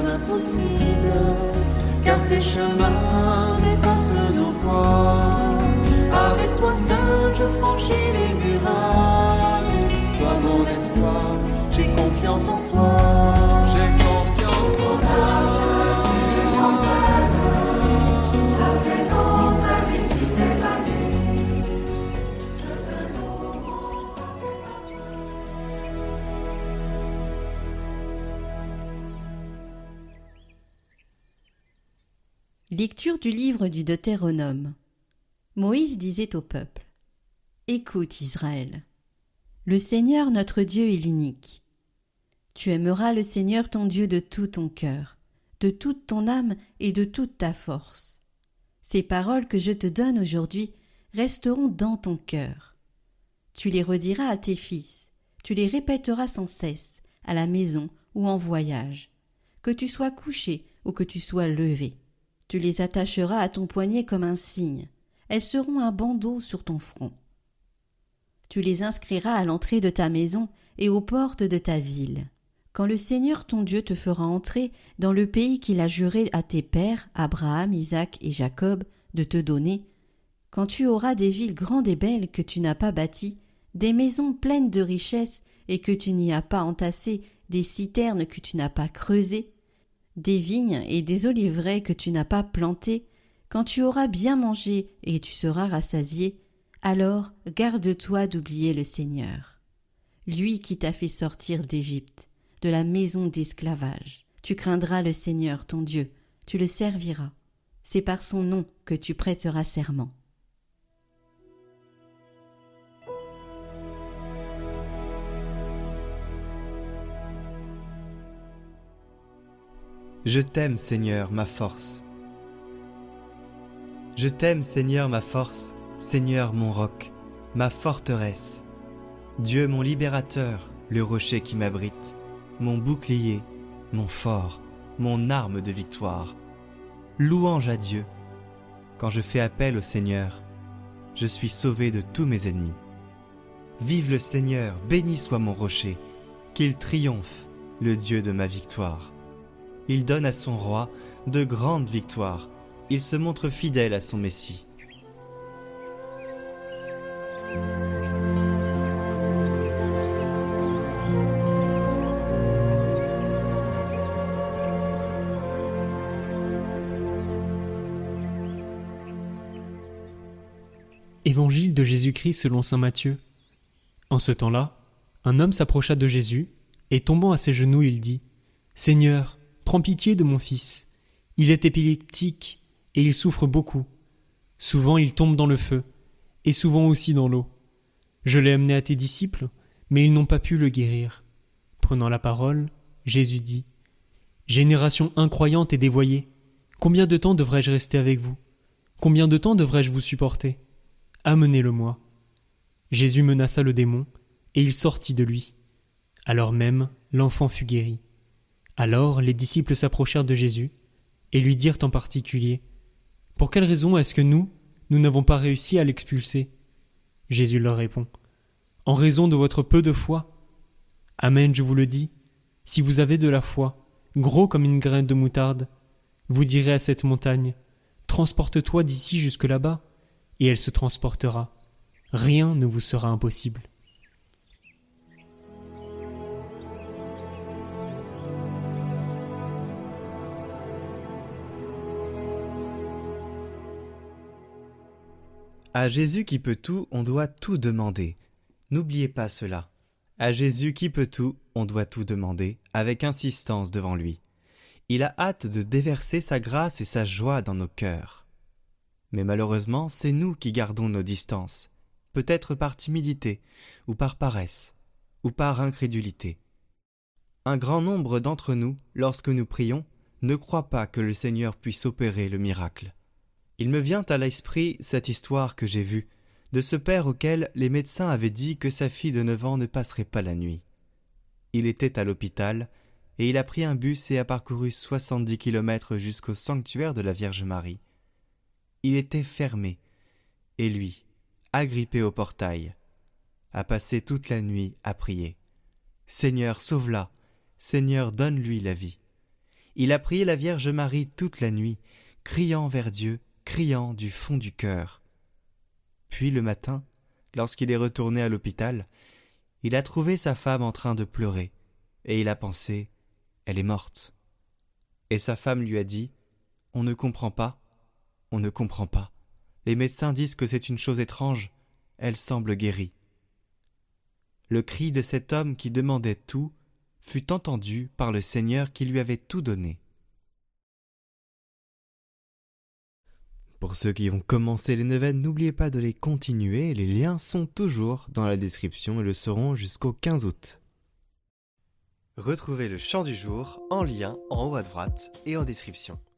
l'impossible, car tes chemins dépassent nos voies. Avec toi seul je franchis les murailles, toi mon espoir, j'ai confiance en toi. J'ai confiance en toi. Ta présence invisible la nuit, je te loue. Lecture du livre du Deutéronome. Moïse disait au peuple : Écoute, Israël, le Seigneur notre Dieu est l'unique. Tu aimeras le Seigneur ton Dieu de tout ton cœur, de toute ton âme et de toute ta force. Ces paroles que je te donne aujourd'hui resteront dans ton cœur. Tu les rediras à tes fils, tu les répéteras sans cesse, à la maison ou en voyage, que tu sois couché ou que tu sois levé. Tu les attacheras à ton poignet comme un signe. Elles seront un bandeau sur ton front. Tu les inscriras à l'entrée de ta maison et aux portes de ta ville. Quand le Seigneur ton Dieu te fera entrer dans le pays qu'il a juré à tes pères, Abraham, Isaac et Jacob, de te donner, quand tu auras des villes grandes et belles que tu n'as pas bâties, des maisons pleines de richesses et que tu n'y as pas entassées, des citernes que tu n'as pas creusées, des vignes et des oliveraies que tu n'as pas plantées, quand tu auras bien mangé et tu seras rassasié, alors garde-toi d'oublier le Seigneur, lui qui t'a fait sortir d'Égypte, de la maison d'esclavage. Tu craindras le Seigneur ton Dieu, tu le serviras. C'est par son nom que tu prêteras serment. Je t'aime, Seigneur, ma force. Je t'aime, Seigneur, ma force, Seigneur, mon roc, ma forteresse. Dieu, mon libérateur, le rocher qui m'abrite, mon bouclier, mon fort, mon arme de victoire. Louange à Dieu. Quand je fais appel au Seigneur, je suis sauvé de tous mes ennemis. Vive le Seigneur, béni soit mon rocher, qu'il triomphe, le Dieu de ma victoire. Il donne à son roi de grandes victoires. Il se montre fidèle à son Messie. Évangile de Jésus-Christ selon saint Matthieu. En ce temps-là, un homme s'approcha de Jésus, et tombant à ses genoux, il dit : Seigneur, prends pitié de mon fils. Il est épileptique et il souffre beaucoup. Souvent il tombe dans le feu, et souvent aussi dans l'eau. Je l'ai amené à tes disciples, mais ils n'ont pas pu le guérir. Prenant la parole, Jésus dit : Génération incroyante et dévoyée, combien de temps devrais-je rester avec vous ? Combien de temps devrais-je vous supporter ? Amenez-le-moi. Jésus menaça le démon, et il sortit de lui. Alors même, l'enfant fut guéri. Alors les disciples s'approchèrent de Jésus et lui dirent en particulier : Pour quelle raison est-ce que nous n'avons pas réussi à l'expulser ? Jésus leur répond : En raison de votre peu de foi. Amen, je vous le dis, si vous avez de la foi, gros comme une graine de moutarde, vous direz à cette montagne : Transporte-toi d'ici jusque là-bas, et elle se transportera. Rien ne vous sera impossible. À Jésus qui peut tout, on doit tout demander. N'oubliez pas cela. À Jésus qui peut tout, on doit tout demander, avec insistance devant lui. Il a hâte de déverser sa grâce et sa joie dans nos cœurs. Mais malheureusement, c'est nous qui gardons nos distances, peut-être par timidité, ou par paresse, ou par incrédulité. Un grand nombre d'entre nous, lorsque nous prions, ne croient pas que le Seigneur puisse opérer le miracle. Il me vient à l'esprit cette histoire que j'ai vue, de ce père auquel les médecins avaient dit que sa fille de 9 ans ne passerait pas la nuit. Il était à l'hôpital, et il a pris un bus et a parcouru 70 kilomètres jusqu'au sanctuaire de la Vierge Marie. Il était fermé, et lui, agrippé au portail, a passé toute la nuit à prier. « Seigneur, sauve-la, Seigneur, donne-lui la vie. » Il a prié la Vierge Marie toute la nuit, criant vers Dieu, criant du fond du cœur. Puis le matin, lorsqu'il est retourné à l'hôpital, il a trouvé sa femme en train de pleurer, et il a pensé « elle est morte ». Et sa femme lui a dit « on ne comprend pas, on ne comprend pas. Les médecins disent que c'est une chose étrange, elle semble guérie ». Le cri de cet homme qui demandait tout fut entendu par le Seigneur qui lui avait tout donné. Pour ceux qui ont commencé les neuvaines, n'oubliez pas de les continuer, les liens sont toujours dans la description et le seront jusqu'au 15 août. Retrouvez le chant du jour en lien en haut à droite et en description.